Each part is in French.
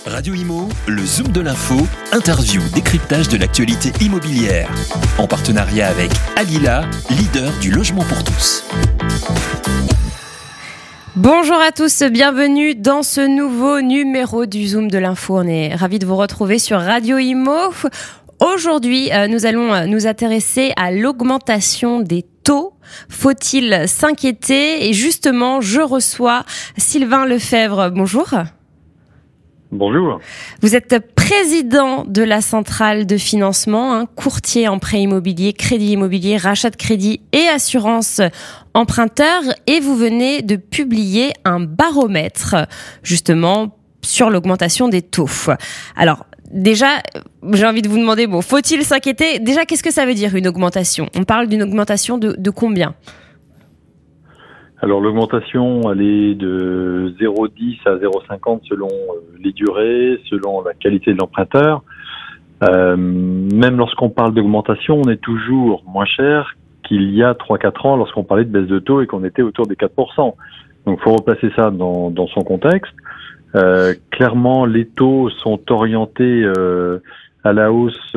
Radio Imo, le Zoom de l'info, interview, décryptage de l'actualité immobilière. En partenariat avec Alila, leader du logement pour tous. Bonjour à tous, bienvenue dans ce nouveau numéro du Zoom de l'info. On est ravis de vous retrouver sur Radio Imo. Aujourd'hui, nous allons nous intéresser à l'augmentation des taux. Faut-il s'inquiéter ? Et justement, je reçois Sylvain Lefebvre. Bonjour. Bonjour. Vous êtes président de la centrale de financement, courtier en prêt immobilier, crédit immobilier, rachat de crédit et assurance emprunteur. Et vous venez de publier un baromètre, justement, sur l'augmentation des taux. Alors, déjà, j'ai envie de vous demander, faut-il s'inquiéter ? Déjà, qu'est-ce que ça veut dire une augmentation ? On parle d'une augmentation de combien ? Alors l'augmentation, elle est de 0,10 à 0,50 selon les durées, selon la qualité de l'emprunteur. Même lorsqu'on parle d'augmentation, on est toujours moins cher qu'il y a 3-4 ans lorsqu'on parlait de baisse de taux et qu'on était autour des 4%. Donc il faut replacer ça dans son contexte. Clairement, les taux sont orientés à la hausse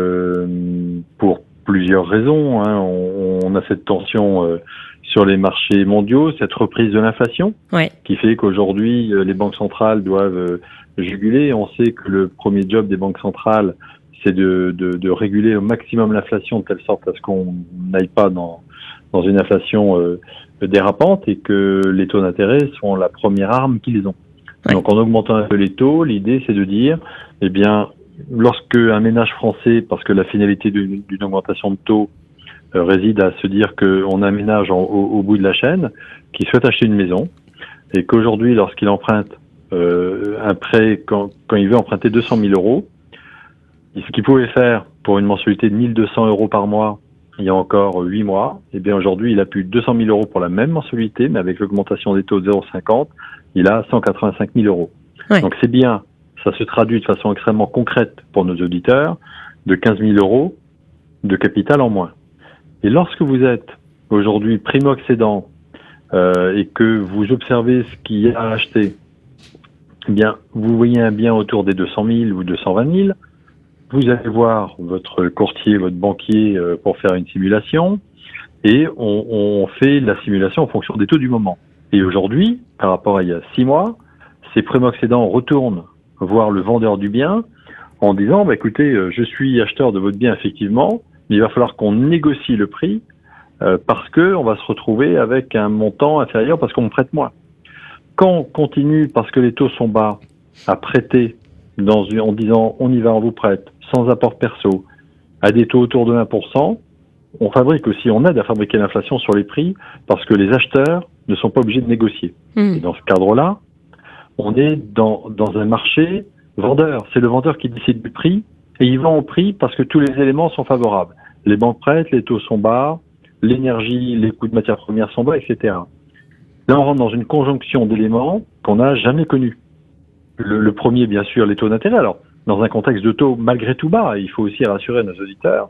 pour plusieurs raisons. On a cette tension sur les marchés mondiaux, cette reprise de l'inflation, qui fait qu'aujourd'hui, les banques centrales doivent juguler. On sait que le premier job des banques centrales, c'est de réguler au maximum l'inflation de telle sorte à ce qu'on n'aille pas dans une inflation dérapante et que les taux d'intérêt sont la première arme qu'ils ont. Donc en augmentant un peu les taux, l'idée c'est de dire, lorsque un ménage français, parce que la finalité d'une augmentation de taux réside à se dire qu'on a un ménage au bout de la chaîne qui souhaite acheter une maison et qu'aujourd'hui, lorsqu'il emprunte un prêt, quand il veut emprunter 200 000 euros, ce qu'il pouvait faire pour une mensualité de 1 200 euros par mois il y a encore 8 mois, aujourd'hui, il a plus de 200 000 euros pour la même mensualité, mais avec l'augmentation des taux de 0,50, il a 185 000 euros. Ouais. Donc c'est bien, ça se traduit de façon extrêmement concrète pour nos auditeurs, de 15 000 euros de capital en moins. Et lorsque vous êtes aujourd'hui primo-accédant et que vous observez ce qu'il y a à acheter, vous voyez un bien autour des 200 000 ou 220 000, vous allez voir votre courtier, votre banquier pour faire une simulation et on fait la simulation en fonction des taux du moment. Et aujourd'hui, par rapport à il y a 6 mois, ces primo-accédants retournent voir le vendeur du bien en disant écoutez, je suis acheteur de votre bien effectivement, mais il va falloir qu'on négocie le prix parce que on va se retrouver avec un montant inférieur parce qu'on me prête moins. Quand on continue, parce que les taux sont bas, à prêter en disant on y va, on vous prête, sans apport perso, à des taux autour de 1%, on fabrique aussi, on aide à fabriquer l'inflation sur les prix parce que les acheteurs ne sont pas obligés de négocier. Et dans ce cadre-là, on est dans un marché vendeur. C'est le vendeur qui décide du prix. Et il vend au prix parce que tous les éléments sont favorables. Les banques prêtent, les taux sont bas, l'énergie, les coûts de matières premières sont bas, etc. Là, on rentre dans une conjonction d'éléments qu'on n'a jamais connus. Le premier, bien sûr, les taux d'intérêt. Alors, dans un contexte de taux malgré tout bas, il faut aussi rassurer nos auditeurs.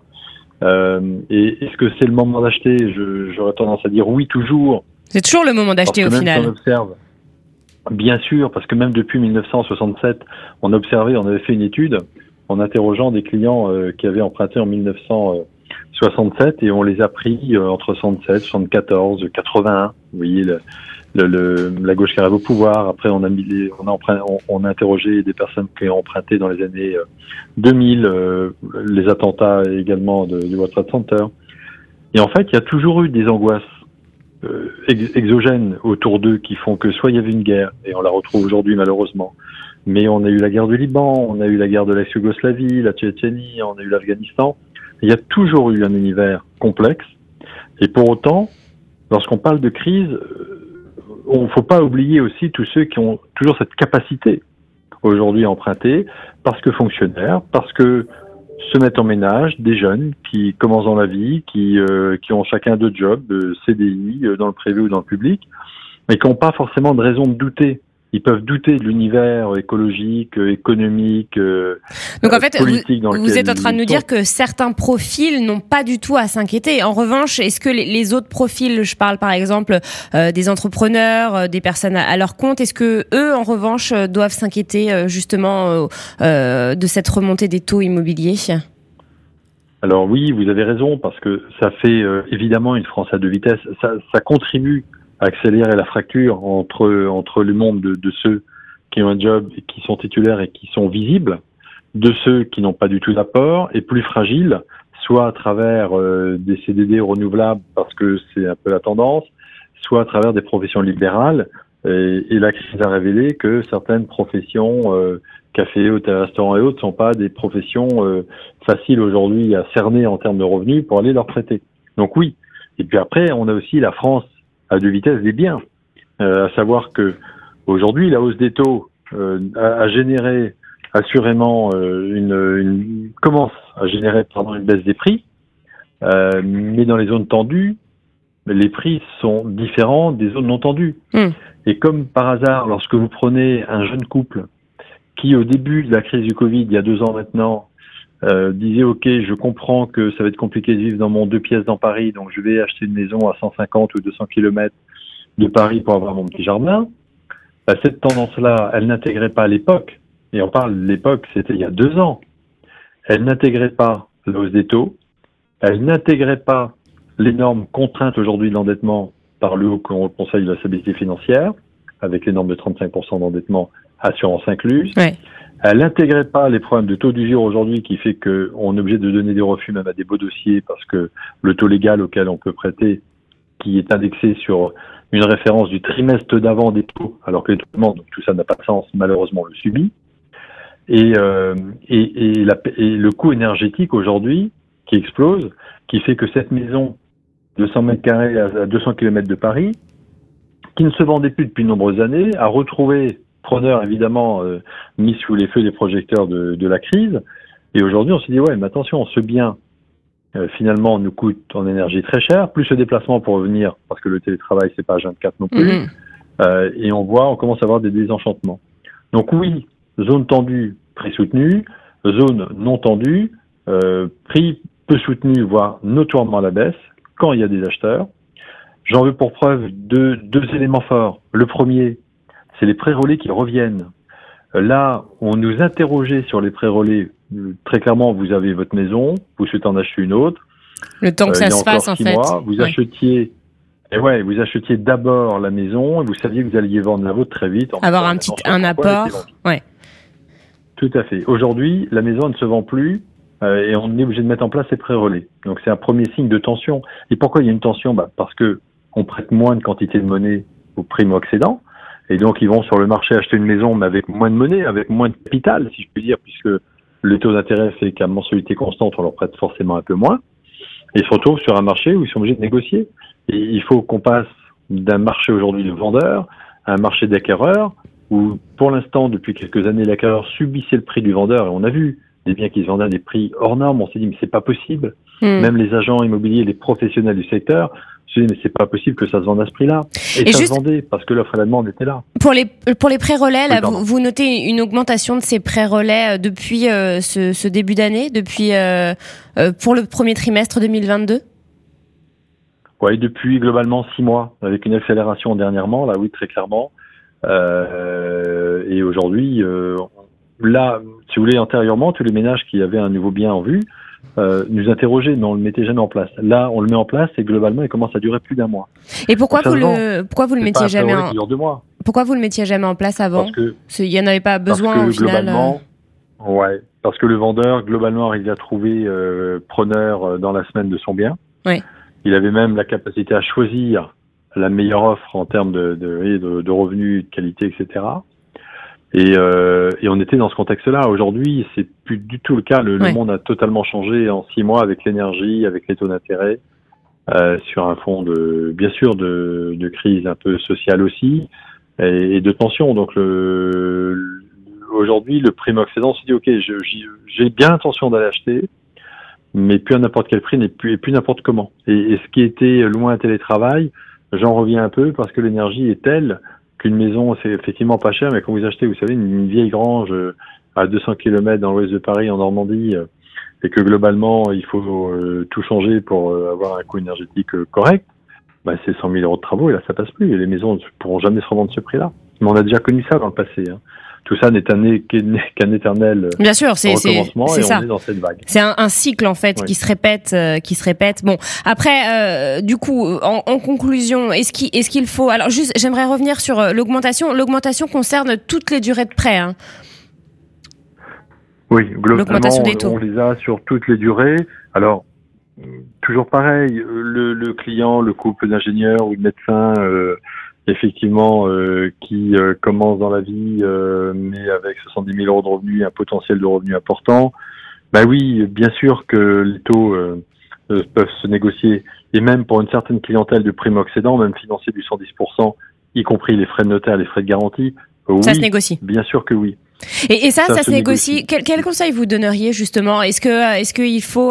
Et est-ce que c'est le moment d'acheter ? J'aurais tendance à dire oui, toujours. C'est toujours le moment d'acheter au final. On observe, bien sûr, parce que même depuis 1967, on avait fait une étude en interrogeant des clients qui avaient emprunté en 1967 et on les a pris entre 67, 74, 81. Vous voyez la gauche qui arrive au pouvoir. Après, on a interrogé des personnes qui ont emprunté dans les années 2000, les attentats également du World Trade Center. Et en fait, il y a toujours eu des angoisses exogènes autour d'eux qui font que soit il y avait une guerre, et on la retrouve aujourd'hui malheureusement, mais on a eu la guerre du Liban, on a eu la guerre de l'ex-Yougoslavie, la Tchétchénie, on a eu l'Afghanistan. Il y a toujours eu un univers complexe. Et pour autant, lorsqu'on parle de crise, il ne faut pas oublier aussi tous ceux qui ont toujours cette capacité aujourd'hui à emprunter, parce que fonctionnaires, parce que se mettent en ménage, des jeunes qui commencent dans la vie, qui ont chacun 2 jobs, CDI, dans le privé ou dans le public, mais qui n'ont pas forcément de raison de douter. ils peuvent douter de l'univers écologique, économique, donc en fait, politique dans lequel vous êtes en train de nous ils sont. dire que certains profils n'ont pas du tout à s'inquiéter. En revanche, est-ce que les autres profils, je parle par exemple des entrepreneurs, des personnes à leur compte, est-ce que eux, en revanche, doivent s'inquiéter justement de cette remontée des taux immobiliers ? Alors oui, vous avez raison, parce que ça fait évidemment une France à deux vitesses. Ça contribue à accélérer la fracture entre le monde de ceux qui ont un job et qui sont titulaires et qui sont visibles, de ceux qui n'ont pas du tout d'apport et plus fragiles, soit à travers des CDD renouvelables parce que c'est un peu la tendance, soit à travers des professions libérales. Et la crise a révélé que certaines professions, café, hôtel, restaurant et autres, sont pas des professions faciles aujourd'hui à cerner en termes de revenus pour aller leur prêter. Donc oui. Et puis après, on a aussi la France à deux vitesses des biens, à savoir que aujourd'hui la hausse des taux a généré assurément commence à générer une baisse des prix, mais dans les zones tendues, les prix sont différents des zones non tendues. Et comme par hasard, lorsque vous prenez un jeune couple qui, au début de la crise du Covid, il y a 2 ans maintenant, disait ok, je comprends que ça va être compliqué de vivre dans mon 2 pièces dans Paris, donc je vais acheter une maison à 150 ou 200 km de Paris pour avoir mon petit jardin. Cette tendance-là, elle n'intégrait pas à l'époque, et on parle de l'époque, c'était il y a 2 ans, elle n'intégrait pas la hausse des taux, elle n'intégrait pas l'énorme contrainte aujourd'hui de l'endettement par le Haut Conseil de la stabilité financière, avec les normes de 35% d'endettement, assurance incluse. Ouais. Elle n'intégrait pas les problèmes de taux d'usure aujourd'hui qui fait qu'on est obligé de donner des refus même à des beaux dossiers parce que le taux légal auquel on peut prêter, qui est indexé sur une référence du trimestre d'avant des taux, alors que les taux augmentent, donc tout ça n'a pas de sens, malheureusement on le subit. Et le coût énergétique aujourd'hui qui explose, qui fait que cette maison de 100 mètres carrés à 200 km de Paris, qui ne se vendait plus depuis de nombreuses années, a retrouvé preneur évidemment mis sous les feux des projecteurs de la crise. Et aujourd'hui, on se dit ouais, mais attention, ce bien finalement nous coûte en énergie très cher, plus le déplacement pour revenir, parce que le télétravail c'est pas H24 non plus. Et on commence à avoir des désenchantements. Donc oui, zone tendue, prix soutenu, zone non tendue, prix peu soutenu, voire notoirement à la baisse, quand il y a des acheteurs. J'en veux pour preuve deux éléments forts. Le premier, c'est les pré-relais qui reviennent. Là, on nous interrogeait sur les pré-relais. Très clairement, vous avez votre maison, vous souhaitez en acheter une autre. Le temps que ça se passe, en fait. Mois, vous achetiez, vous achetiez d'abord la maison et vous saviez que vous alliez vendre la vôtre très vite. Avoir un apport. Ouais. Tout à fait. Aujourd'hui, la maison ne se vend plus et on est obligé de mettre en place ces pré-relais. Donc, c'est un premier signe de tension. Et pourquoi il y a une tension? Parce que on prête moins de quantité de monnaie aux primo-accédants. Et donc, ils vont sur le marché acheter une maison, mais avec moins de monnaie, avec moins de capital, si je puis dire, puisque le taux d'intérêt fait qu'à mensualité constante, on leur prête forcément un peu moins. Et ils se retrouvent sur un marché où ils sont obligés de négocier. Et il faut qu'on passe d'un marché aujourd'hui de vendeurs à un marché d'acquéreurs, où pour l'instant, depuis quelques années, l'acquéreur subissait le prix du vendeur. Et on a vu des biens qui se vendaient à des prix hors normes. On s'est dit, mais c'est pas possible. Même les agents immobiliers, les professionnels du secteur, se disaient, mais c'est pas possible que ça se vende à ce prix-là. Et ça se vendait parce que l'offre et la demande étaient là. Pour les pré-relais, là, vous notez une augmentation de ces pré-relais depuis ce début d'année, depuis pour le premier trimestre 2022? Oui, depuis globalement 6 mois, avec une accélération dernièrement, là oui, très clairement. Et aujourd'hui, là, si vous voulez, antérieurement, tous les ménages qui avaient un nouveau bien en vue nous interrogeaient, mais on le mettait jamais en place. Là, on le met en place et globalement, il commence à durer plus d'un mois. Et pourquoi vous le mettiez jamais Pourquoi vous le mettiez jamais en place avant? Il y en avait pas besoin au final. Parce que le vendeur globalement arrivait à trouver preneur dans la semaine de son bien. Oui. Il avait même la capacité à choisir la meilleure offre en termes de revenus, de qualité, etc. Et on était dans ce contexte-là. Aujourd'hui, c'est plus du tout le cas. Le monde a totalement changé en 6 mois avec l'énergie, avec les taux d'intérêt, sur un fond bien sûr de crise un peu sociale aussi et de tension. Donc aujourd'hui, le primo-accédant se dit ok, j'ai bien l'intention d'aller acheter, mais plus à n'importe quel prix et plus n'importe comment. Et ce qui était loin à télétravail, j'en reviens un peu parce que l'énergie est telle qu'une maison, c'est effectivement pas cher, mais quand vous achetez, vous savez, une vieille grange à 200 km dans l'ouest de Paris, en Normandie, et que globalement, il faut tout changer pour avoir un coût énergétique correct, c'est 100 000 euros de travaux, et là, ça passe plus. Et les maisons ne pourront jamais se revendre ce prix-là. Mais on a déjà connu ça dans le passé. Tout ça n'est qu'un éternel Bien sûr, recommencement, c'est et ça. on est dans cette vague. C'est un cycle, en fait, qui se répète. Bon, après, du coup, en conclusion, est-ce qu'il faut... Alors, juste, j'aimerais revenir sur l'augmentation. L'augmentation concerne toutes les durées de prêt, hein. Oui, globalement, on les a sur toutes les durées. Alors, toujours pareil, le client, le couple d'ingénieurs ou de médecins, effectivement, qui commence dans la vie, mais avec 70 000 euros de revenus, un potentiel de revenus important, oui, bien sûr que les taux peuvent se négocier, et même pour une certaine clientèle de primo-accédant, même financer du 110%, y compris les frais de notaire, les frais de garantie, oui, ça se négocie. Bien sûr que oui. Et ça se négocie. Quel conseil vous donneriez justement? Est-ce qu'il faut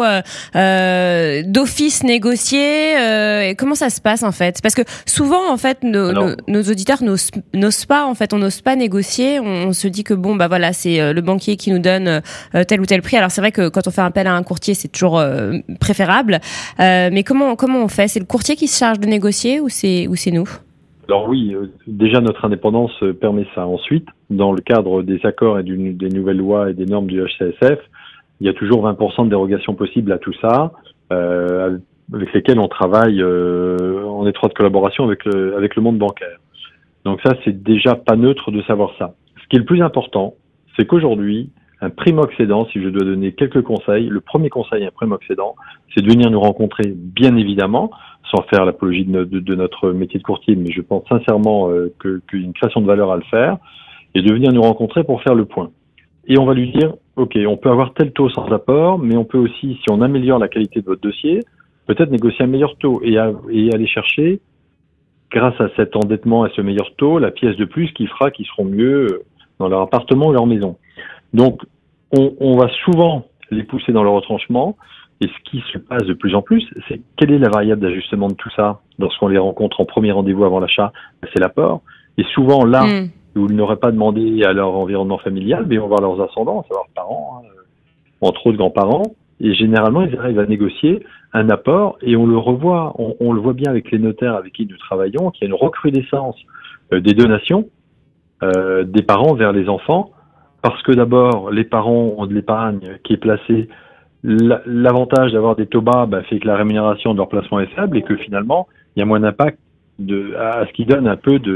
d'office négocier? Comment ça se passe en fait? Parce que souvent en fait nos auditeurs n'osent pas, en fait, on n'ose pas négocier. On se dit que voilà, c'est le banquier qui nous donne tel ou tel prix. Alors c'est vrai que quand on fait appel à un courtier, c'est toujours préférable. Mais comment on fait? C'est le courtier qui se charge de négocier ou c'est nous? Alors oui, déjà notre indépendance permet ça. Ensuite, dans le cadre des accords et des nouvelles lois et des normes du HCSF, il y a toujours 20% de dérogation possible à tout ça, avec lesquels on travaille en étroite collaboration avec le monde bancaire. Donc ça, c'est déjà pas neutre de savoir ça. Ce qui est le plus important, c'est qu'aujourd'hui, un primo-accédant, si je dois donner quelques conseils, le premier conseil à un primo-accédant, c'est de venir nous rencontrer, bien évidemment, sans faire l'apologie de notre métier de courtier, mais je pense sincèrement qu'il y a une création de valeur à le faire, et de venir nous rencontrer pour faire le point. Et on va lui dire, ok, on peut avoir tel taux sans apport, mais on peut aussi, si on améliore la qualité de votre dossier, peut-être négocier un meilleur taux et aller chercher, grâce à cet endettement et ce meilleur taux, la pièce de plus qui fera qu'ils seront mieux dans leur appartement ou leur maison. Donc, on va souvent les pousser dans le retranchement. Et ce qui se passe de plus en plus, c'est quelle est la variable d'ajustement de tout ça lorsqu'on les rencontre en premier rendez-vous avant l'achat? C'est l'apport. Et souvent, là où ils n'auraient pas demandé à leur environnement familial, mais ils vont voir leurs ascendants, à savoir leurs parents, entre autres grands-parents. Et généralement, ils arrivent à négocier un apport et on le revoit. On le voit bien avec les notaires avec qui nous travaillons, qu'il y a une recrudescence des donations des parents vers les enfants. Parce que d'abord, les parents ont de l'épargne qui est placée. L'avantage d'avoir des taux bas fait que la rémunération de leur placement est faible et que finalement, il y a moins d'impact à ce qui donne un peu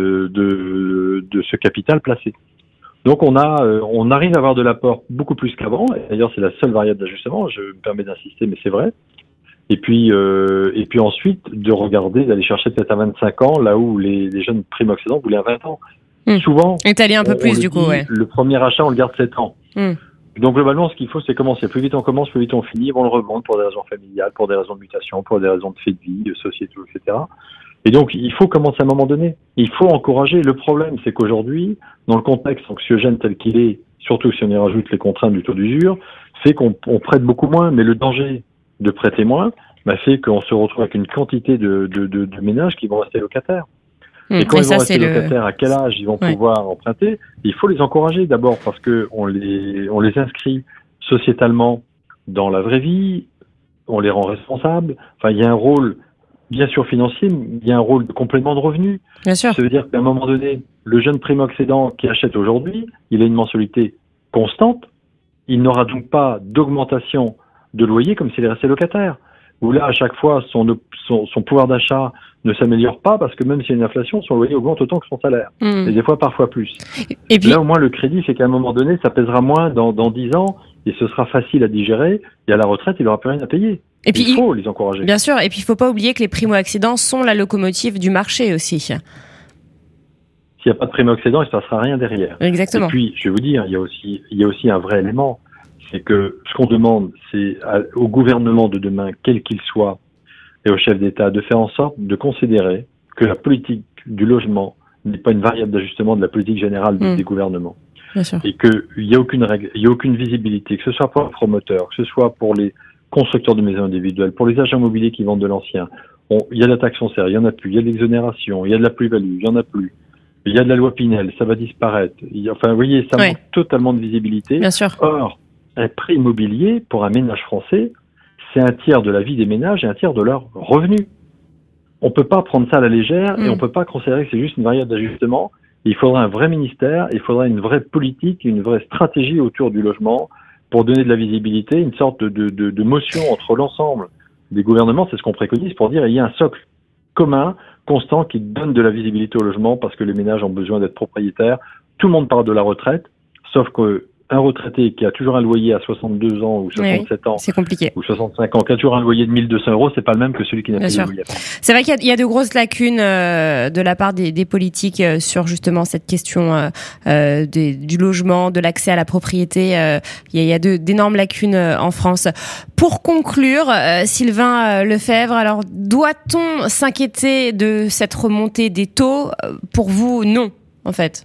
de ce capital placé. Donc on arrive à avoir de l'apport beaucoup plus qu'avant. D'ailleurs, c'est la seule variable d'ajustement. Je me permets d'insister, mais c'est vrai. Et puis ensuite, de regarder, d'aller chercher peut-être à 25 ans, là où les jeunes primo-accédants voulaient à 20 ans. Souvent, étaler un peu plus du coup, ouais. Le premier achat, on le garde 7 ans. Donc globalement, ce qu'il faut, c'est commencer. Plus vite on commence, plus vite on finit. On le remonte pour des raisons familiales, pour des raisons de mutation, pour des raisons de fait de vie, de société, etc. Et donc, il faut commencer à un moment donné. Il faut encourager. Le problème, c'est qu'aujourd'hui, dans le contexte anxiogène tel qu'il est, surtout si on y rajoute les contraintes du taux d'usure, fait qu'on prête beaucoup moins. Mais le danger de prêter moins fait qu'on se retrouve avec une quantité de ménages qui vont rester locataires. Et quand ils vont rester locataires, à quel âge ils vont pouvoir emprunter? Il faut les encourager d'abord parce que on les inscrit sociétalement dans la vraie vie, on les rend responsables. Enfin, il y a un rôle, bien sûr financier, mais il y a un rôle de complément de revenus. Bien sûr. Ça veut dire qu'à un moment donné, le jeune primo-accédant qui achète aujourd'hui, il a une mensualité constante. Il n'aura donc pas d'augmentation de loyer comme s'il est resté locataire. Où là, à chaque fois, son pouvoir d'achat ne s'améliore pas parce que même s'il y a une inflation, son loyer augmente autant que son salaire. Et des fois, parfois plus. Et puis, là, au moins, le crédit fait qu'à un moment donné, ça pèsera moins dans 10 ans et ce sera facile à digérer. Et à la retraite, il n'aura plus rien à payer. Et puis, il faut les encourager. Bien sûr. Et puis, il ne faut pas oublier que les primo-accédants sont la locomotive du marché aussi. S'il n'y a pas de primo-accédant, il ne se passera rien derrière. Exactement. Et puis, je vais vous dire, il y a aussi un vrai élément. C'est que ce qu'on demande, c'est au gouvernement de demain, quel qu'il soit, et au chef d'État, de faire en sorte de considérer que la politique du logement n'est pas une variable d'ajustement de la politique générale des gouvernements. Bien sûr. Et qu'il n'y a aucune règle, il n'y a aucune visibilité, que ce soit pour les promoteurs, que ce soit pour les constructeurs de maisons individuelles, pour les agents immobiliers qui vendent de l'ancien. Il y a de la taxe foncière, il n'y en a plus, il y a de l'exonération, il y a de la plus-value, il n'y en a plus. Il y a de la loi Pinel, ça va disparaître. Enfin, vous voyez, ça manque totalement de visibilité. Bien sûr. Or, un prêt immobilier, pour un ménage français, c'est un tiers de la vie des ménages et un tiers de leurs revenus. On peut pas prendre ça à la légère et on peut pas considérer que c'est juste une variable d'ajustement. Il faudra un vrai ministère, il faudra une vraie politique, une vraie stratégie autour du logement pour donner de la visibilité, une sorte de motion entre l'ensemble des gouvernements, c'est ce qu'on préconise, pour dire il y a un socle commun, constant, qui donne de la visibilité au logement parce que les ménages ont besoin d'être propriétaires. Tout le monde parle de la retraite, sauf que un retraité qui a toujours un loyer à 62 ans ou 67 ans, c'est compliqué, ou 65 ans, qui a toujours un loyer de 1 200 €, c'est pas le même que celui qui n'a plus de loyer. C'est vrai qu'il y a de grosses lacunes de la part des politiques sur justement cette question du logement, de l'accès à la propriété. Il y a d'énormes lacunes en France. Pour conclure, Sylvain Lefebvre, alors doit-on s'inquiéter de cette remontée des taux ? Pour vous, non, en fait.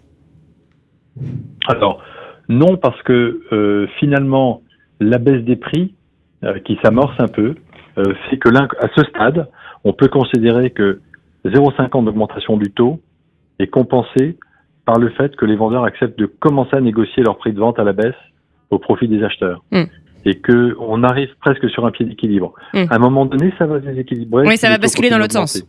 Alors, non, parce que finalement, la baisse des prix qui s'amorce un peu fait que à ce stade, on peut considérer que 0,50 d'augmentation du taux est compensée par le fait que les vendeurs acceptent de commencer à négocier leur prix de vente à la baisse au profit des acheteurs. Et que on arrive presque sur un pied d'équilibre. À un moment donné, ça va se déséquilibrer. Oui, ça va basculer dans l'autre sens.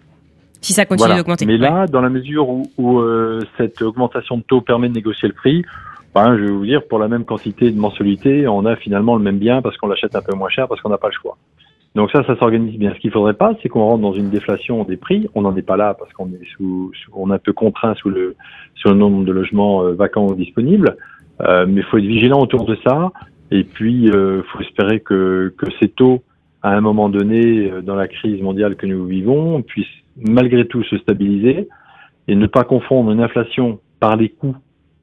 Si ça continue d'augmenter. Mais là, dans la mesure où cette augmentation de taux permet de négocier le prix, je vais vous dire, pour la même quantité de mensualité, on a finalement le même bien parce qu'on l'achète un peu moins cher parce qu'on n'a pas le choix. Donc ça s'organise bien. Ce qu'il faudrait pas, c'est qu'on rentre dans une déflation des prix. On n'en est pas là parce qu'on est on est un peu contraint sur le nombre de logements vacants ou disponibles. Mais il faut être vigilant autour de ça. Et puis, faut espérer que ces taux, à un moment donné, dans la crise mondiale que nous vivons, puissent malgré tout se stabiliser et ne pas confondre une inflation par les coûts,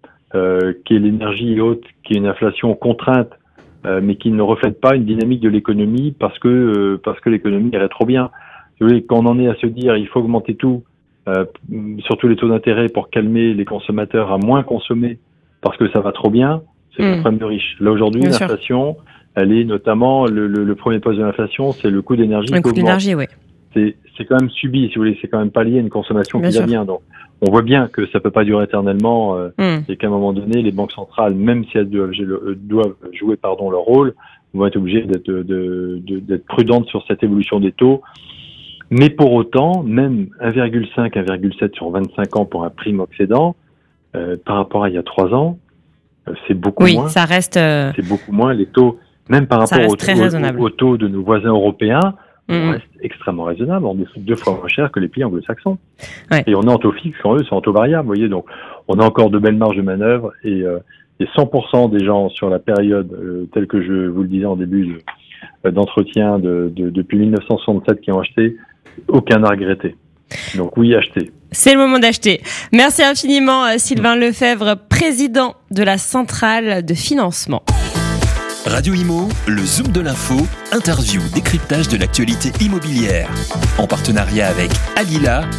qui est l'énergie et autres, qui est une inflation contrainte, mais qui ne reflète pas une dynamique de l'économie parce que l'économie irait trop bien. Vous voyez, quand on en est à se dire il faut augmenter tout, surtout les taux d'intérêt pour calmer les consommateurs à moins consommer parce que ça va trop bien, c'est un problème de riche. Là aujourd'hui, l'inflation, elle est notamment le premier poste de l'inflation, c'est le coût d'énergie. Le coût d'énergie, oui. C'est quand même subi, si vous voulez, c'est quand même pas lié à une consommation qui va bien. Donc, on voit bien que ça peut pas durer éternellement et qu'à un moment donné, les banques centrales, même si elles doivent jouer leur rôle, vont être obligées d'être prudentes sur cette évolution des taux. Mais pour autant, même 1,5, 1,7 sur 25 ans pour un primo-accédant, par rapport à il y a 3 ans, c'est beaucoup moins. Oui, ça reste... C'est beaucoup moins. Les taux, même par rapport aux taux de nos voisins européens, on reste extrêmement raisonnable. On est 2 fois moins cher que les pays anglo-saxons. Ouais. Et on est en taux fixe quand eux sont en taux variable. Vous voyez, donc on a encore de belles marges de manœuvre et 100% des gens sur la période telle que je vous le disais en début d'entretien depuis 1967 qui ont acheté, aucun n'a regretté. Donc oui, acheter. C'est le moment d'acheter. Merci infiniment Sylvain Lefebvre, président de la Centrale de financement. Radio Imo, le Zoom de l'info, interview, décryptage de l'actualité immobilière. En partenariat avec Alila,